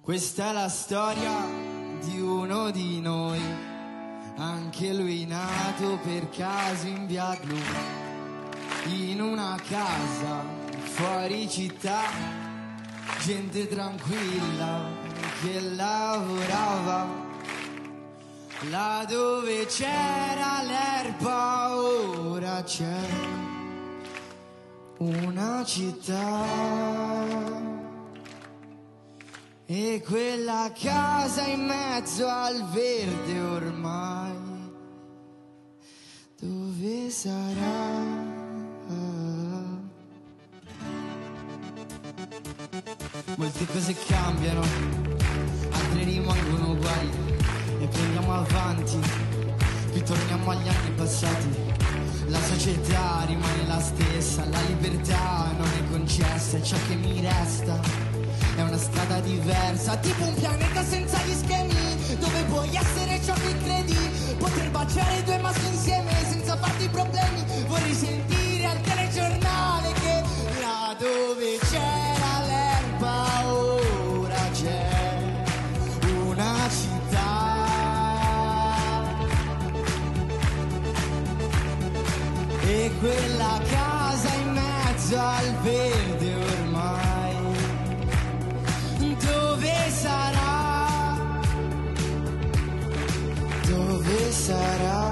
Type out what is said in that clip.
Questa è la storia di uno di noi, anche lui nato per caso in via Glu, in una casa fuori città, gente tranquilla che lavorava, là dove c'era l'erba ora c'è una città. E quella casa in mezzo al verde ormai, dove sarà? Molte cose cambiano, altre rimangono uguali, e più andiamo avanti, più torniamo agli anni passati. La società rimane la stessa, la libertà non è concessa, e ciò che mi resta è una strada diversa, tipo un pianeta senza gli schemi, dove puoi essere ciò che credi, poter baciare due maschi insieme senza farti problemi. Vorrei sentire al telegiornale che là dove c'era l'erba ora c'è una città. E quella casa in mezzo al verde ormai, dove sarà? Dove sarà?